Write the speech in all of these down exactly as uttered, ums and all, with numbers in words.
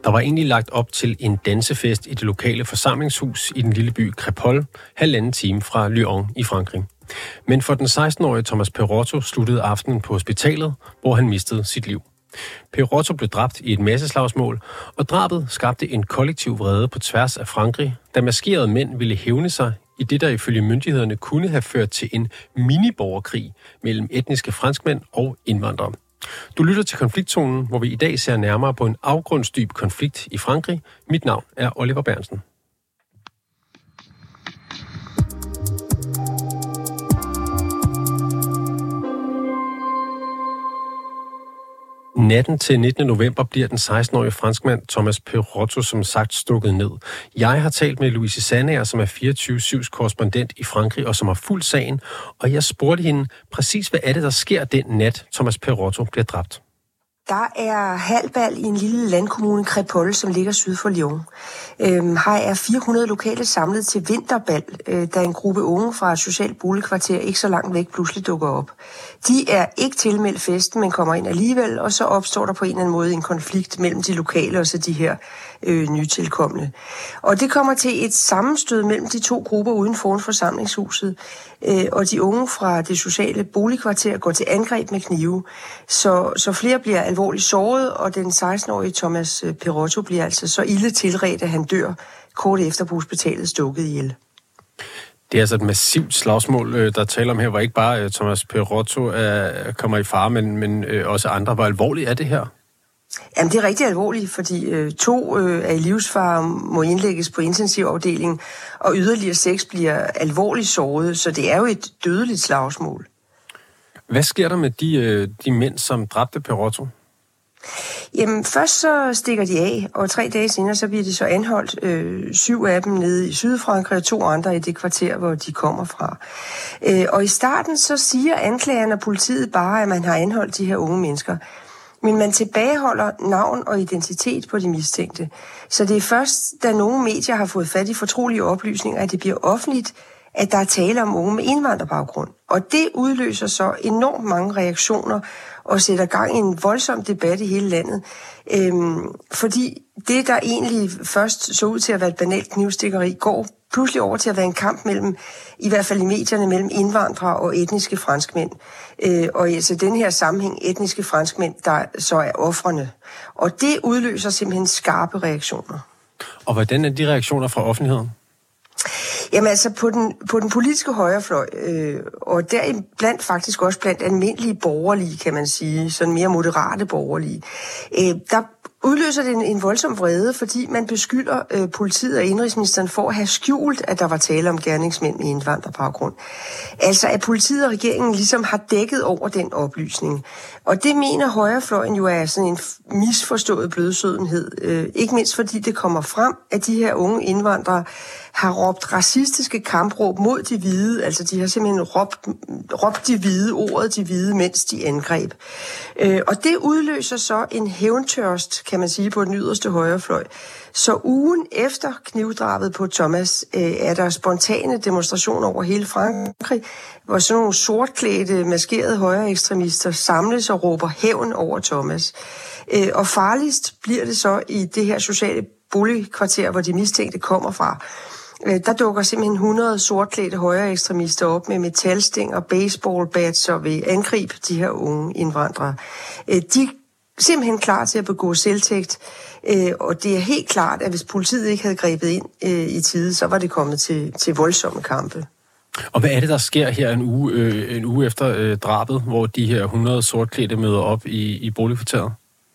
Der var egentlig lagt op til en dansefest i det lokale forsamlingshus i den lille by Crépol, halvanden time fra Lyon i Frankrig. Men for den seksten-årige Thomas Perotto sluttede aftenen på hospitalet, hvor han mistede sit liv. Perotto blev dræbt i et masseslagsmål, og drabet skabte en kollektiv vrede på tværs af Frankrig, da maskerede mænd ville hævne sig i det, der ifølge myndighederne kunne have ført til en mini-borgerkrig mellem etniske franskmænd og indvandrere. Du lytter til Konfliktzonen, hvor vi i dag ser nærmere på en afgrundsdyb konflikt i Frankrig. Mit navn er Oliver Bernsen. Natten til nittende november bliver den seksten-årige franskmand Thomas Perotto som sagt stukket ned. Jeg har talt med Louise Sandager, som er fireogtyve syvs korrespondent i Frankrig og som har fulgt sagen, og jeg spurgte hende præcis, hvad er det, der sker den nat, Thomas Perotto bliver dræbt. Der er halvbal i en lille landkommune, Crépol, som ligger syd for Lyon. Øhm, her er fire hundrede lokale samlet til vinterbal, øh, da en gruppe unge fra et socialt boligkvarter ikke så langt væk pludselig dukker op. De er ikke tilmeldt festen, men kommer ind alligevel, og så opstår der på en eller anden måde en konflikt mellem de lokale og så de her øh, nytilkommende. Og det kommer til et sammenstød mellem de to grupper uden foran forsamlingshuset, øh, og de unge fra det sociale boligkvarter går til angreb med knive, så, så flere bliver alvorligt såret, og den seksten-årige Thomas Perotto bliver altså så ilde tilredt, at han dør kort efter på hospitalet stukket ihjel. Det er altså et massivt slagsmål, der taler om her, hvor ikke bare Thomas Perotto er, kommer i fare, men, men også andre. Hvor alvorligt er det her? Jamen, det er rigtig alvorligt, fordi øh, to øh, er i livsfare, må indlægges på intensivafdelingen, og yderligere seks bliver alvorligt såret, så det er jo et dødeligt slagsmål. Hvad sker der med de, de mænd, som dræbte Perotto? Jamen, først så stikker de af, og tre dage senere, så bliver de så anholdt. Øh, syv af dem nede i Sydfrankrig, og to andre i det kvarter, hvor de kommer fra. Øh, og i starten, så siger anklagerne og politiet bare, at man har anholdt de her unge mennesker. Men man tilbageholder navn og identitet på de mistænkte. Så det er først, da nogle medier har fået fat i fortrolige oplysninger, at det bliver offentligt, at der er tale om unge med indvandrerbaggrund. Og det udløser så enormt mange reaktioner og sætter gang i en voldsom debat i hele landet. Øhm, fordi det, der egentlig først så ud til at være et banalt knivstikkeri, går pludselig over til at være en kamp mellem, i hvert fald i medierne, mellem indvandrere og etniske franskmænd. Øh, og altså den her sammenhæng etniske franskmænd, der så er ofrene. Og det udløser simpelthen skarpe reaktioner. Og hvordan er de reaktioner fra offentligheden? Jamen altså på den, på den politiske højrefløj, øh, og deriblandt faktisk også blandt almindelige borgerlige, kan man sige, sådan mere moderate borgerlige, øh, der udløser det en, en voldsom vrede, fordi man beskylder øh, politiet og indrigsministeren for at have skjult, at der var tale om gerningsmænd med indvandrerbaggrund. Altså at politiet og regeringen ligesom har dækket over den oplysning. Og det mener højrefløjen jo er sådan en misforstået blødsødenhed. Øh, ikke mindst fordi det kommer frem, at de her unge indvandrere har råbt racistiske kampråb mod de hvide, altså de har simpelthen råbt, råbt de hvide, ordet de hvide, mens de angreb. Øh, og det udløser så en hævntørst, kan man sige, på den yderste højrefløj. Så ugen efter knivdrabet på Thomas øh, er der spontane demonstrationer over hele Frankrig, hvor sådan nogle sortklædte, maskerede højreekstremister samles og råber hævn over Thomas. Øh, og farligst bliver det så i det her sociale boligkvarter, hvor de mistænkte kommer fra. Der dukker simpelthen hundrede sortklædte højreekstremister op med metalstænger, baseballbats og vil angribe de her unge indvandrere. De er simpelthen klar til at begå selvtægt, og det er helt klart, at hvis politiet ikke havde grebet ind i tide, så var det kommet til, til voldsomme kampe. Og hvad er det, der sker her en uge, øh, en uge efter øh, drabet, hvor de her hundrede sortklædte møder op i, i boligkvarteret?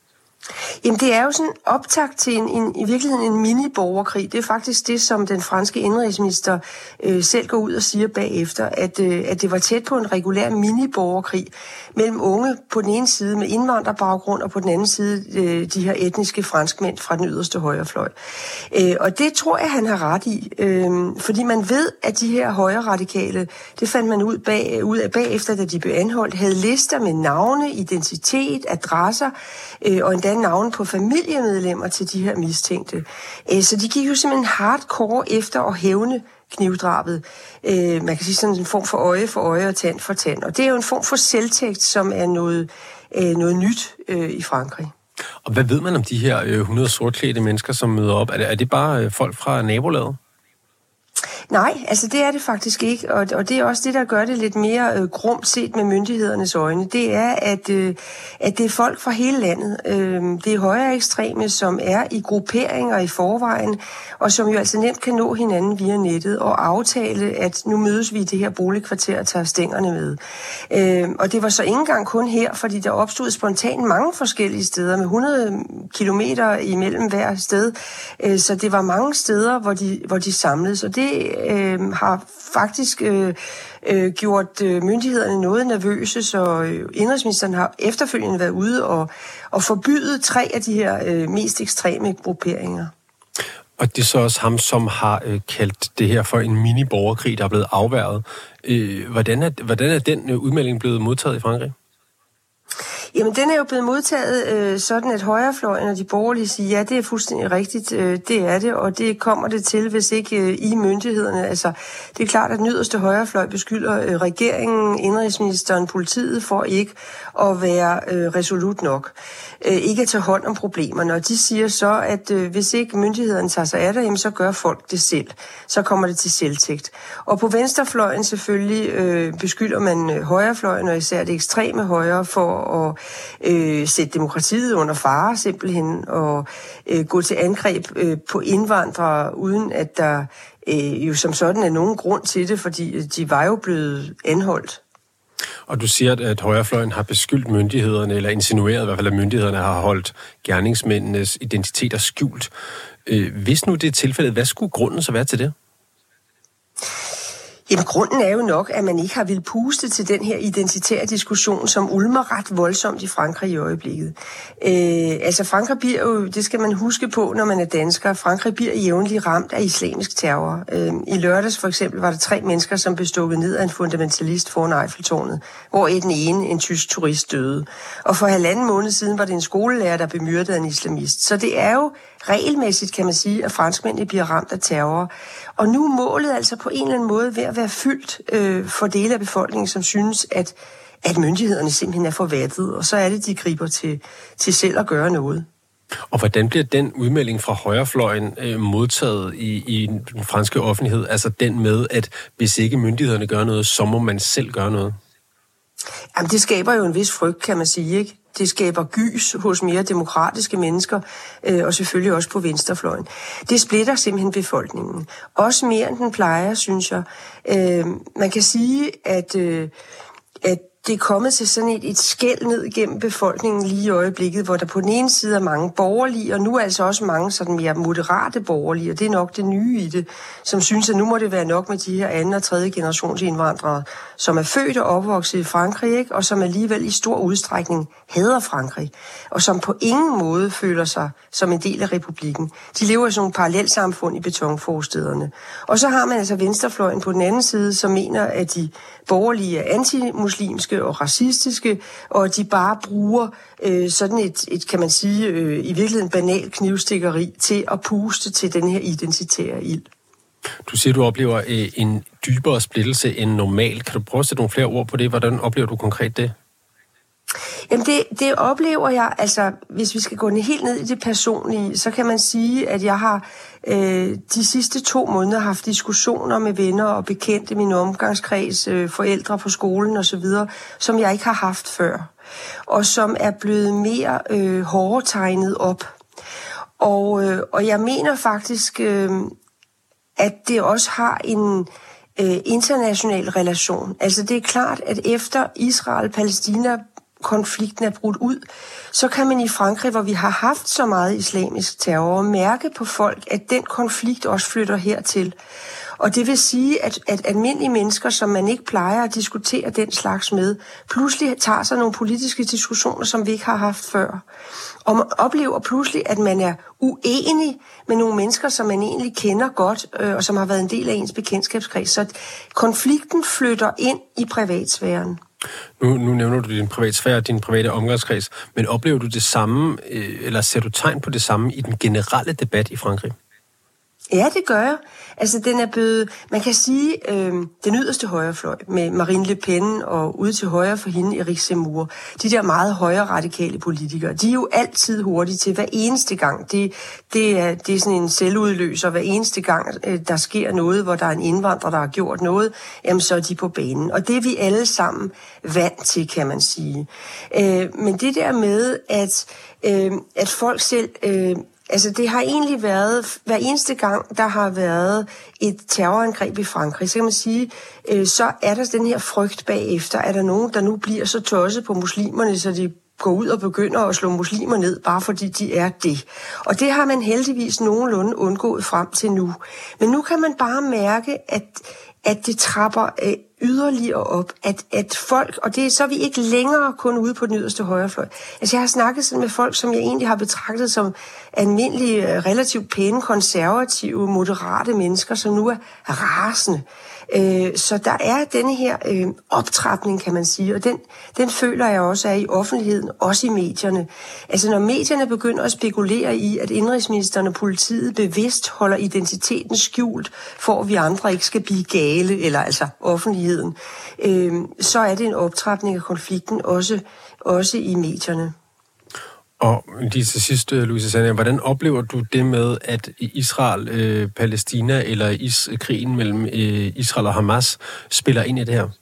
Jamen, det er jo sådan optakt til en, en, i virkeligheden en mini-borgerkrig. Det er faktisk det, som den franske indrigsminister øh, selv går ud og siger bagefter, at, øh, at det var tæt på en regulær mini-borgerkrig mellem unge på den ene side med indvandrerbaggrund, og på den anden side øh, de her etniske franskmænd fra den yderste højrefløj. Øh, og det tror jeg, han har ret i, øh, fordi man ved, at de her højreradikale, det fandt man ud, bag, ud af bagefter, da de blev anholdt, havde lister med navne, identitet, adresser øh, og endda navne på familiemedlemmer til de her mistænkte. Så de gik jo simpelthen hardcore efter at hævne knivdrabet. Man kan sige sådan en form for øje for øje og tand for tand. Og det er jo en form for selvtægt, som er noget, noget nyt i Frankrig. Og hvad ved man om de her øh, hundrede sortklædte mennesker, som møder op? Er det, er det bare øh, folk fra nabolaget? Nej, altså det er det faktisk ikke, og, og det er også det, der gør det lidt mere øh, grumt set med myndighedernes øjne. Det er, at, øh, at det er folk fra hele landet. Øh, det er højere ekstreme, som er i grupperinger i forvejen, og som jo altså nemt kan nå hinanden via nettet og aftale, at nu mødes vi i det her boligkvarter og tager stængerne med. Øh, og det var så ikke engang kun her, fordi der opstod spontant mange forskellige steder med hundrede kilometer imellem hver sted, øh, så det var mange steder, hvor de, hvor de samledes, og det Øh, har faktisk øh, øh, gjort øh, myndighederne noget nervøse, så øh, indrigsministeren har efterfølgende været ude og, og forbydet tre af de her øh, mest ekstreme grupperinger. Og det er så også ham, som har øh, kaldt det her for en mini-borgerkrig, der er blevet afværget. Øh, hvordan, er, hvordan er den øh, udmelding blevet modtaget i Frankrig? Jamen, den er jo blevet modtaget øh, sådan, at højrefløjen og de borgerlige siger, ja, det er fuldstændig rigtigt, øh, det er det, og det kommer det til, hvis ikke øh, i myndighederne. Altså, det er klart, at den yderste højrefløj beskylder øh, regeringen, indrigsministeren, politiet for ikke at være øh, resolut nok. Øh, ikke at tage hånd om problemerne, og de siger så, at øh, hvis ikke myndighederne tager sig af det, jamen, så gør folk det selv. Så kommer det til selvtægt. Og på venstrefløjen selvfølgelig øh, beskylder man øh, højrefløjen, og især det ekstreme højre, for at Øh, sætte demokratiet under fare simpelthen, og øh, gå til angreb øh, på indvandrere, uden at der øh, jo som sådan er nogen grund til det, fordi de var jo blevet anholdt. Og du siger, at højrefløjen har beskyldt myndighederne, eller insinueret i hvert fald, at myndighederne har holdt gerningsmændenes identiteter skjult. Øh, hvis nu det er tilfældet, hvad skulle grunden så være til det? Jamen, grunden er jo nok, at man ikke har ville puste til den her identitære diskussion, som ulmer ret voldsomt i Frankrig i øjeblikket. Øh, altså, Frankrig bliver jo, det skal man huske på, når man er dansker, Frankrig bliver jævnligt ramt af islamisk terror. Øh, I lørdags for eksempel var der tre mennesker, som blev stukket ned af en fundamentalist foran Eiffeltårnet, hvor den ene, en tysk turist, døde. Og for halvanden måned siden var det en skolelærer, der blev myrdet af en islamist. Så det er jo regelmæssigt, kan man sige, at franskmændene bliver ramt af terror. Og nu er målet altså på en eller anden måde ved at være fyldt øh, for dele af befolkningen, som synes, at, at myndighederne simpelthen er forvattet, og så er det, de griber til, til selv at gøre noget. Og hvordan bliver den udmelding fra højrefløjen øh, modtaget i, i den franske offentlighed? Altså den med, at hvis ikke myndighederne gør noget, så må man selv gøre noget? Jamen, det skaber jo en vis frygt, kan man sige, ikke? Det skaber gys hos mere demokratiske mennesker, øh, og selvfølgelig også på venstrefløjen. Det splitter simpelthen befolkningen. Også mere end den plejer, synes jeg. Øh, man kan sige, at, øh, at det er kommet til sådan et, et skel ned gennem befolkningen lige i øjeblikket, hvor der på den ene side er mange borgerlige, og nu altså også mange sådan mere moderate borgerlige, og det er nok det nye i det, som synes, at nu må det være nok med de her anden og tredje generations indvandrere, som er født og opvokset i Frankrig, ikke? Og som alligevel i stor udstrækning hader Frankrig, og som på ingen måde føler sig som en del af republikken. De lever i sådan nogle parallelsamfund i betonforstederne. Og så har man altså venstrefløjen på den anden side, som mener, at de borgerlige er antimuslimske og racistiske, og de bare bruger øh, sådan et, et, kan man sige, øh, i virkeligheden banal knivstikkeri til at puste til den her identitære ild. Du siger, du oplever øh, en dybere splittelse end normalt. Kan du prøve at sætte nogle flere ord på det? Hvordan oplever du konkret det? Jamen det, det oplever jeg, altså hvis vi skal gå helt ned i det personlige, så kan man sige, at jeg har øh, de sidste to måneder haft diskussioner med venner og bekendte, min omgangskreds, øh, forældre på skolen osv., som jeg ikke har haft før, og som er blevet mere øh, hårdt tegnet op. Og, øh, og jeg mener faktisk, øh, at det også har en øh, international relation. Altså det er klart, at efter Israel-Palæstina konflikten er brudt ud, så kan man i Frankrig, hvor vi har haft så meget islamisk terror, mærke på folk, at den konflikt også flytter hertil. Og det vil sige, at, at almindelige mennesker, som man ikke plejer at diskutere den slags med, pludselig tager sig nogle politiske diskussioner, som vi ikke har haft før. Og man oplever pludselig, at man er uenig med nogle mennesker, som man egentlig kender godt, øh, og som har været en del af ens bekendtskabskreds. Så konflikten flytter ind i privatsfæren. Nu, nu nævner du din privatsfære, din private omgangskreds, men oplever du det samme, eller ser du tegn på det samme i den generelle debat i Frankrig? Ja, det gør jeg. Altså, den er blevet, man kan sige, øh, den yderste højrefløj med Marine Le Pen og ude til højre for hende, Eric Zemmour. De der meget højre radikale politikere, de er jo altid hurtige til hver eneste gang. Det, det, er, det er sådan en selvudløser. Hver eneste gang, øh, der sker noget, hvor der er en indvandrer, der har gjort noget, jamen, så er de på banen. Og det er vi alle sammen vant til, kan man sige. Øh, men det der med, at, øh, at folk selv... Øh, Altså, det har egentlig været, hver eneste gang, der har været et terrorangreb i Frankrig, så kan man sige, øh, så er der den her frygt bagefter. Er der nogen, der nu bliver så tosset på muslimerne, så de går ud og begynder at slå muslimer ned, bare fordi de er det. Og det har man heldigvis nogenlunde undgået frem til nu. Men nu kan man bare mærke, at, at det trapper øh, yderligere op, at, at folk, og det, så er vi ikke længere kun ude på den yderste højrefløj. Altså jeg har snakket sådan med folk, som jeg egentlig har betragtet som almindelige, relativt pæne, konservative, moderate mennesker, som nu er rasende. Øh, så der er denne her øh, optrapning, kan man sige, og den, den føler jeg også er i offentligheden, også i medierne. Altså når medierne begynder at spekulere i, at indrigsministeren og politiet bevidst holder identiteten skjult, for at vi andre ikke skal blive gale, eller altså offentligheden, øh, så er det en optrapning af konflikten, også, også i medierne. Og lige til sidst, Louise Sandager, hvordan oplever du det med, at Israel, øh, Palæstina eller is, krigen mellem øh, Israel og Hamas spiller ind i det her?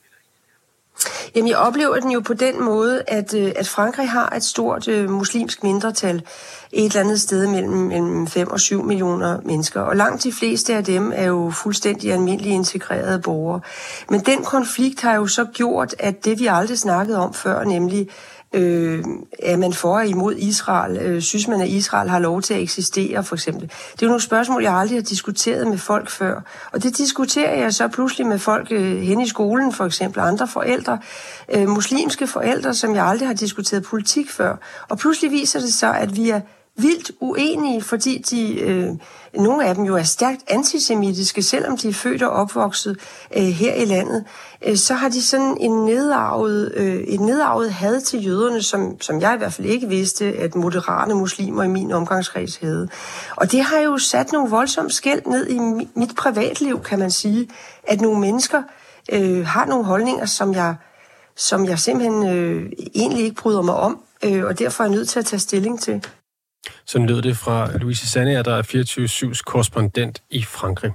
Jamen, jeg oplever den jo på den måde, at, øh, at Frankrig har et stort øh, muslimsk mindretal et eller andet sted mellem, mellem fem og syv millioner mennesker. Og langt de fleste af dem er jo fuldstændig almindelige integrerede borgere. Men den konflikt har jo så gjort, at det vi aldrig snakkede om før, nemlig Øh, er man for og imod Israel? Øh, synes man, at Israel har lov til at eksistere, for eksempel? Det er jo nogle spørgsmål, jeg aldrig har diskuteret med folk før. Og det diskuterer jeg så pludselig med folk øh, hen i skolen, for eksempel andre forældre, øh, muslimske forældre, som jeg aldrig har diskuteret politik før. Og pludselig viser det så, at vi er vildt uenige, fordi de, øh, nogle af dem jo er stærkt antisemitiske, selvom de er født og opvokset øh, her i landet, øh, så har de sådan en nedarvet, øh, et nedarvet had til jøderne, som, som jeg i hvert fald ikke vidste, at moderate muslimer i min omgangskreds havde. Og det har jo sat nogle voldsomme skel ned i mit privatliv, kan man sige, at nogle mennesker øh, har nogle holdninger, som jeg, som jeg simpelthen øh, egentlig ikke bryder mig om, øh, og derfor er jeg nødt til at tage stilling til. Sådan lød det fra Louise Sandager, der er fireogtyve syvs korrespondent i Frankrig.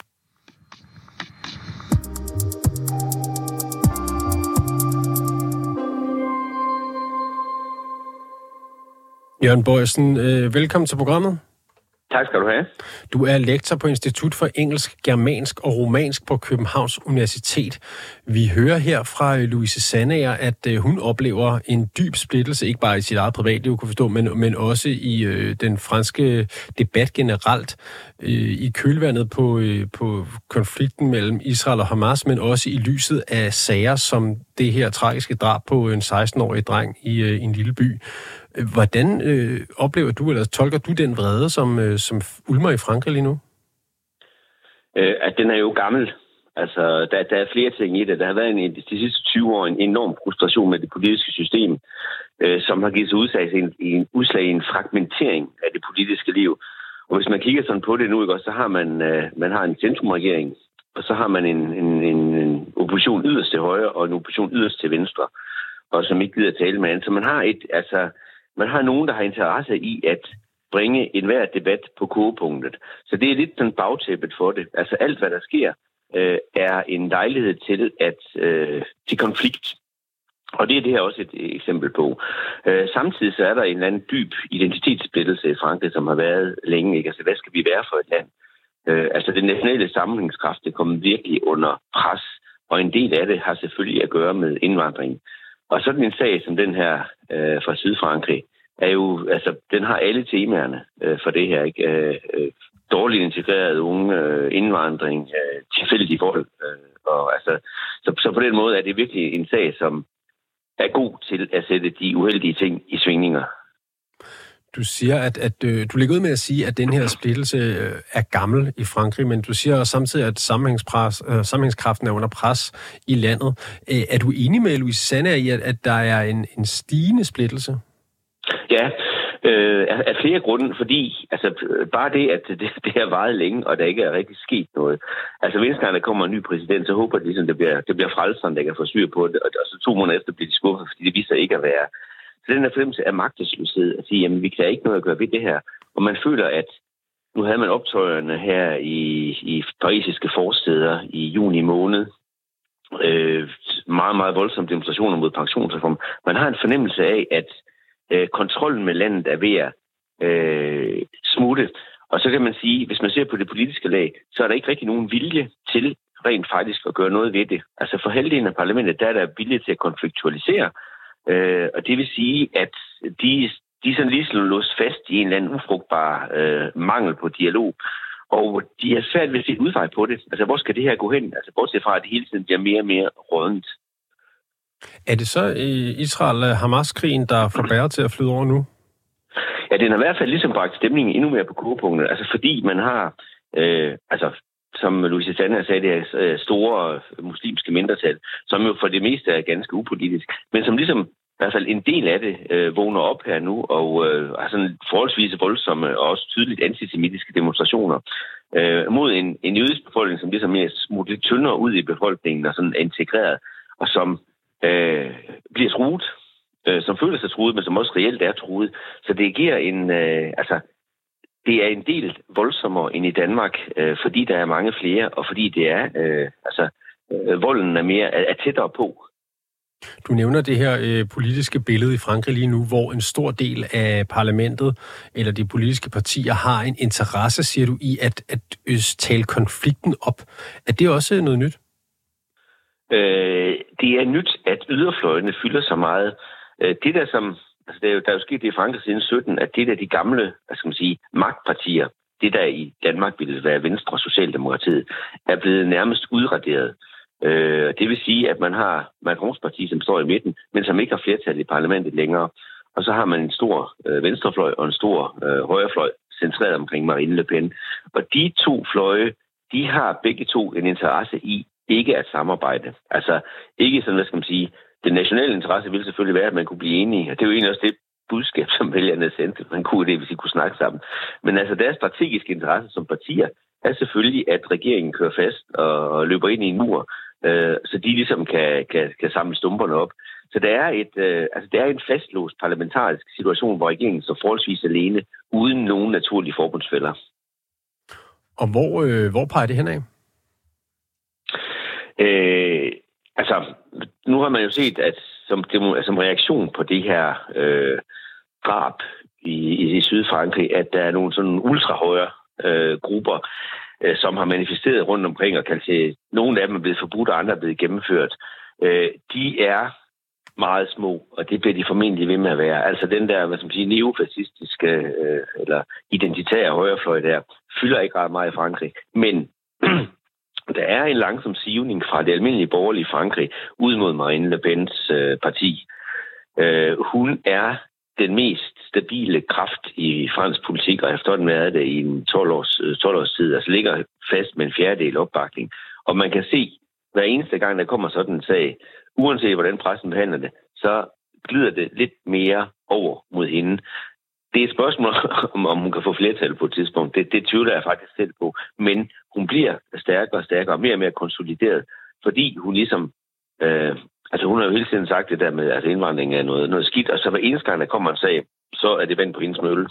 Jørgen Bojsen, øh, velkommen til programmet. Tak skal du have. Du er lektor på Institut for Engelsk, Germansk og Romansk på Københavns Universitet. Vi hører her fra Louise Sandager, at hun oplever en dyb splittelse, ikke bare i sit eget privatliv, kunne forstå, men, men også i øh, den franske debat generelt, øh, i kølvandet på, øh, på konflikten mellem Israel og Hamas, men også i lyset af sager som det her tragiske drab på en seksten-årig dreng i øh, en lille by. Hvordan øh, oplever du, eller tolker du den vrede, som, øh, som ulmer i Frankrig lige nu? Øh, at den er jo gammel. Altså, der, der er flere ting i det. Der har været en, de sidste tyve år en enorm frustration med det politiske system, øh, som har givet sig udslag i en, en, udslag i en fragmentering af det politiske liv. Og hvis man kigger sådan på det nu, ikke, så har man, øh, man har en centrumregering, og så har man en, en, en, en opposition yderst til højre, og en opposition yderst til venstre, og som ikke gider tale med andet. Så man har et, altså... Man har nogen, der har interesse i at bringe enhver debat på kogepunktet. Så det er lidt sådan bagtæppet for det. Altså alt, hvad der sker, øh, er en lejlighed til at øh, til konflikt. Og det er det her også et eksempel på. Øh, samtidig så er der en eller anden dyb identitetssplittelse i Frankrig, som har været længe. Ikke? Altså hvad skal vi være for et land? Øh, altså den nationale sammenhængskraft, det kommer virkelig under pres. Og en del af det har selvfølgelig at gøre med indvandring. Og sådan en sag som den her øh, fra Sydfrankrig, er jo, altså, den har alle temaerne øh, for det her, ikke? Øh, øh, dårligt integreret unge, øh, indvandring, øh, tilfældig vold. Øh, og, altså, så, så på den måde er det virkelig en sag, som er god til at sætte de uheldige ting i svingninger. Du siger, at, at øh, du ligger ud med at sige, at den her splittelse øh, er gammel i Frankrig, men du siger også samtidig, at sammenhængspres, øh, sammenhængskraften er under pres i landet. Æ, er du enig med Louise Sandager i, at, at der er en, en stigende splittelse? Ja, Øh, af, af flere grunde, fordi altså, bare det, at det, det har varet længe, og der ikke er rigtig sket noget. Altså, hvis der kommer en ny præsident, så håber de, ligesom, det bliver, det bliver frelseren, der kan få styr på det, og, og så to måneder efter bliver de skuffet, fordi det viser ikke at være. Så den her fornemmelse af magtesløshed, at sige, jamen, vi kan ikke noget at gøre ved det her. Og man føler, at nu havde man optøjerne her i, i parisiske forsteder i juni måned. Øh, meget, meget voldsomme demonstrationer mod pensionsreform. Man har en fornemmelse af, at øh, kontrollen med landet er ved at øh, smutte. Og så kan man sige, hvis man ser på det politiske lag, så er der ikke rigtig nogen vilje til rent faktisk at gøre noget ved det. Altså for halvdelen af parlamentet, der er der vilje til at konfliktualisere. Øh, og det vil sige, at de, de sådan lige slår låst fast i en eller anden ufrugtbar øh, mangel på dialog. Og de er svært ved at se udvej på det. Altså, hvor skal det her gå hen? Altså, bortset fra, at det hele tiden bliver mere og mere rådent. Er det så Israel-Hamas-krigen, der får bære til at flyde over nu? Ja, den har i hvert fald ligesom bragt stemningen endnu mere på kogepunktet. Altså, fordi man har, øh, altså, som Louise Tanner sagde, det er store muslimske mindretal, som jo for det meste er ganske upolitisk, men som ligesom i hvert fald en del af det øh, vågner op her nu, og øh, har sådan forholdsvis voldsomme og også tydeligt antisemitiske demonstrationer øh, mod en, en jødisk befolkning, som ligesom mere smut lidt tyndere ud i befolkningen og sådan er integreret, og som øh, bliver truet, øh, som føler sig truet, men som også reelt er truet. Så det giver en, øh, altså, det er en del voldsommere end i Danmark, øh, fordi der er mange flere, og fordi det er, øh, altså, øh, volden er mere er, er tættere på. Du nævner det her øh, politiske billede i Frankrig lige nu, hvor en stor del af parlamentet eller de politiske partier har en interesse, siger du, i at, at øh, tale konflikten op. Er det også noget nyt? Øh, det er nyt, at yderfløjene fylder så meget. Øh, det der som, altså der er jo, der er jo sket det i Frankrig siden sytten, at det der de gamle, hvad skal man sige, magtpartier, det der i Danmark ville være Venstre og Socialdemokratiet, er blevet nærmest udraderet. Øh, det vil sige, at man har Macrons parti, som står i midten, men som ikke har flertal i parlamentet længere. Og så har man en stor øh, venstrefløj og en stor øh, højrefløj centreret omkring Marine Le Pen. Og de to fløje, de har begge to en interesse i ikke at samarbejde. Altså ikke sådan, hvad skal man sige, den nationale interesse ville selvfølgelig være, at man kunne blive enige. Og det er jo egentlig også det budskab, som vælgerne sendte. Man kunne det, hvis de kunne snakke sammen. Men altså deres strategiske interesse som partier er selvfølgelig, at regeringen kører fast og løber ind i en mur, øh, så de ligesom kan, kan, kan samle stumperne op. Så der er, et, øh, altså, der er en fastlåst parlamentarisk situation, hvor regeringen står forholdsvis alene, uden nogen naturlige forbundsfæller. Og hvor, øh, hvor peger det henad? Øh, altså, nu har man jo set, at som, som reaktion på det her øh, drab i, i, i Sydfrankrig, at der er nogle sådan ultrahøjre øh, grupper, øh, som har manifesteret rundt omkring, og kan se, nogle af dem er blevet forbudt, og andre er blevet gennemført. Øh, de er meget små, og det bliver de formentlig ved med at være. Altså den der, hvad skal man sige, neofascistiske øh, eller identitære højrefløj der, fylder ikke ret meget i Frankrig. Men der er en langsom sivning fra det almindelige borgerlige Frankrig ud mod Marine Le Pens øh, parti. Øh, hun er den mest stabile kraft i fransk politik, og efterhånden været det i en tolv års, tolv års tid, altså ligger fast med en fjerdedel opbakning. Og man kan se, hver eneste gang, der kommer sådan en sag, uanset hvordan pressen behandler det, så glider det lidt mere over mod hende. Det er et spørgsmål, om, om hun kan få flertal på et tidspunkt. Det, det tvivler jeg faktisk selv på. Men hun bliver stærkere og stærkere og mere og mere konsolideret, fordi hun ligesom... Øh, altså hun har jo hele tiden sagt det der med, at altså indvandring er noget, noget skidt, og så hver eneste gang, der kommer en sag, så er det vand på hendes mølle.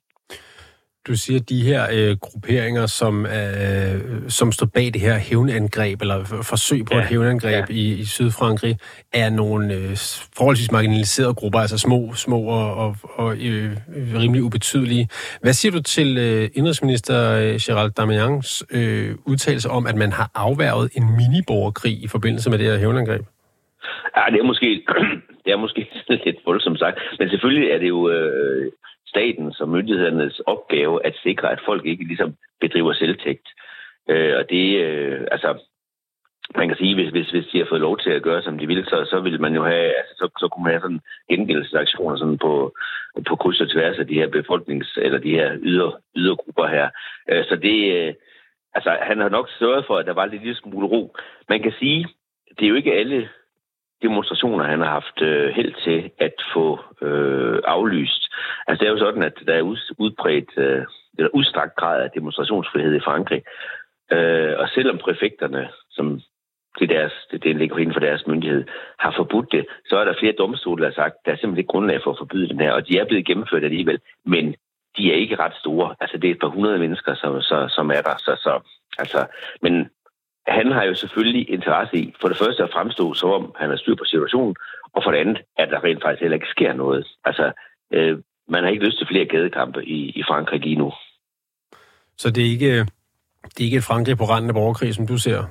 Du siger, at de her øh, grupperinger, som, øh, som står bag det her hævnangreb, eller forsøg på ja. et hævnangreb ja. i, i Sydfrankrig, er nogle øh, forholdsvis marginaliserede grupper, altså små, små og, og, og øh, rimelig ubetydelige. Hvad siger du til øh, indrigsminister øh, Gérald Darmanin's øh, udtalelse om, at man har afværget en mini-borgerkrig i forbindelse med det her hævnangreb? Ja, det er måske, det er måske lidt voldsomt sagt, men selvfølgelig er det jo... Øh, statens og myndighedernes opgave at sikre, at folk ikke ligesom bedriver selvtægt. Øh, og det, øh, altså, man kan sige, hvis, hvis, hvis de har fået lov til at gøre, som de vil, så, så vil man jo have, altså, så, så kunne man have sådan gengældelsesaktioner sådan på, på kryds og tværs af de her befolknings- eller de her yder, ydergrupper her. Øh, så det, øh, altså, han har nok sørget for, at der var lidt lille smule ro. Man kan sige, det er jo ikke alle demonstrationer, han har haft øh, held til at få øh, aflyst. Altså det er jo sådan, at der er udbredt, øh, eller udstrakt grad af demonstrationsfrihed i Frankrig. Øh, og selvom præfekterne, som det, deres, det, det ligger inden for deres myndighed, har forbudt det, så er der flere domstole, der har sagt, der er simpelthen ikke grundlag for at forbyde den her, og de er blevet gennemført alligevel, men de er ikke ret store. Altså det er et par hundrede mennesker, som, så, som er der. Så, så, altså, men han har jo selvfølgelig interesse i, for det første at fremstå, som om han har styr på situationen, og for det andet, at der rent faktisk heller ikke sker noget. Altså, øh, man har ikke lyst til flere gadekampe i, i Frankrig lige nu. Så det er ikke, det er ikke et Frankrig på randen af borgerkrig, som du ser?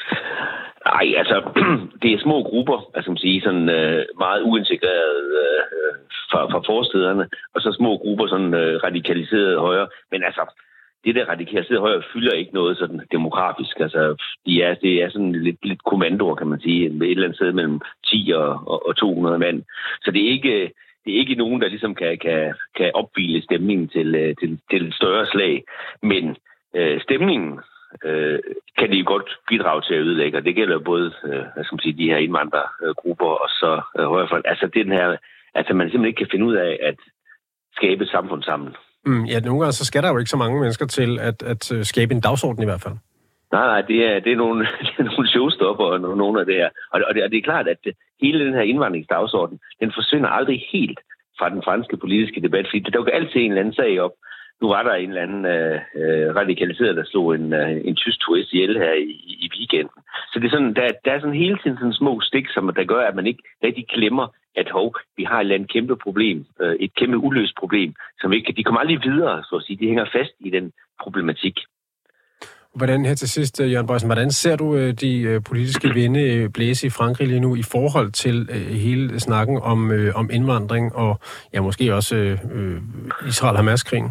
Nej, altså, det er små grupper, altså man sige, sådan øh, meget uintegrerede øh, fra, fra forstederne, og så små grupper, sådan øh, radikaliserede højre. Men altså, det der radikaliserede højre fylder ikke noget sådan demografisk. Altså, de er, det er sådan lidt, lidt kommandoer, kan man sige, med et eller andet sted mellem ti og, og, og to hundrede mand. Så det er ikke, det er ikke nogen, der ligesom kan, kan, kan opvile stemningen til, til, til et større slag. Men øh, stemningen øh, kan de godt bidrage til at ødelægge, og det gælder både øh, hvad skal man sige, de her indvandrergrupper og så øh, højrefolk. Altså, den her, altså, man simpelthen ikke kan finde ud af at skabe et samfund sammen. Mm, ja, nogle gange så skal der jo ikke så mange mennesker til at, at skabe en dagsorden i hvert fald. Nej, nej, det er, det er nogle, det er nogle showstopper og nogle af det her. Og, og, det, og det er klart, at hele den her indvandringsdagsorden, den forsvinder aldrig helt fra den franske politiske debat, fordi der dukker altid en eller anden sag op. Nu var der en eller anden øh, radikaliseret, der slog en, øh, en tysk turist ihjel her i, i weekenden. Så det er sådan, der, der er sådan hele tiden sådan små stik, som der gør, at man ikke rigtig glemmer, at hov, vi har et eller andet kæmpe problem, øh, et kæmpe uløst problem, som ikke, de kommer aldrig videre, så at sige. De hænger fast i den problematik. Hvordan her til sidst, Jørgen Boysen, hvordan ser du de politiske vinde blæse i Frankrig lige nu i forhold til hele snakken om, om indvandring og ja, måske også øh, Israel-Hamas-krigen?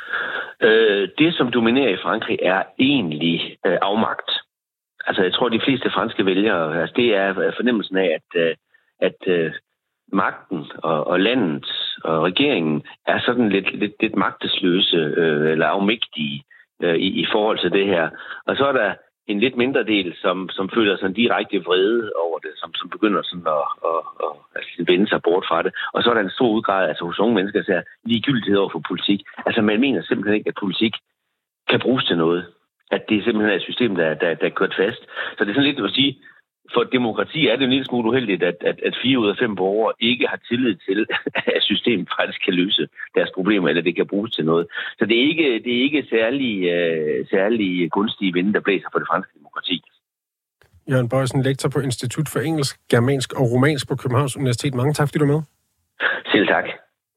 Øh, det, som dominerer i Frankrig, er egentlig øh, afmagt. Altså, jeg tror, de fleste franske vælgere, altså, det er fornemmelsen af, at, øh, at øh, magten og, og landet og regeringen er sådan lidt, lidt, lidt magtesløse øh, eller afmægtige øh, i, i forhold til det her. Og så er der en lidt mindre del, som, som føler sig direkte vrede over det, som, som begynder sådan at, at, at, at vende sig bort fra det. Og så er der en stor udgrad, altså hos unge mennesker, der er ligegyldighed over for politik. Altså man mener simpelthen ikke, at politik kan bruges til noget. At det simpelthen er et system, der, der, der er kørt fast. Så det er sådan lidt at sige, for demokrati er det en lille smule uheldigt, at, at, at fire ud af fem borgere ikke har tillid til, at systemet faktisk kan løse deres problemer, eller det kan bruges til noget. Så det er ikke, det er ikke særlig, uh, særlig gunstige vinde, der blæser for det franske demokrati. Jørgen Boysen, lektor på Institut for Engelsk, Germansk og Romansk på Københavns Universitet. Mange tak, fordi du er med. Selv tak.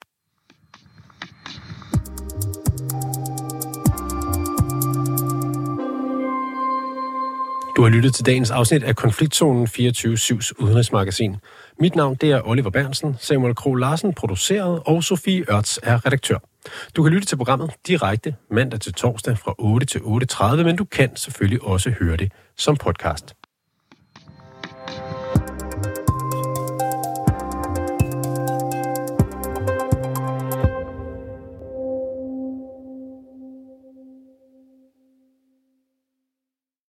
Du har lyttet til dagens afsnit af Konfliktzonen fireogtyve syvs udenrigsmagasin. Mit navn det er Oliver Bernsen, Samuel Krog Larsen produceret, og Sofie Ørts er redaktør. Du kan lytte til programmet direkte mandag til torsdag fra otte til otte tredive, men du kan selvfølgelig også høre det som podcast.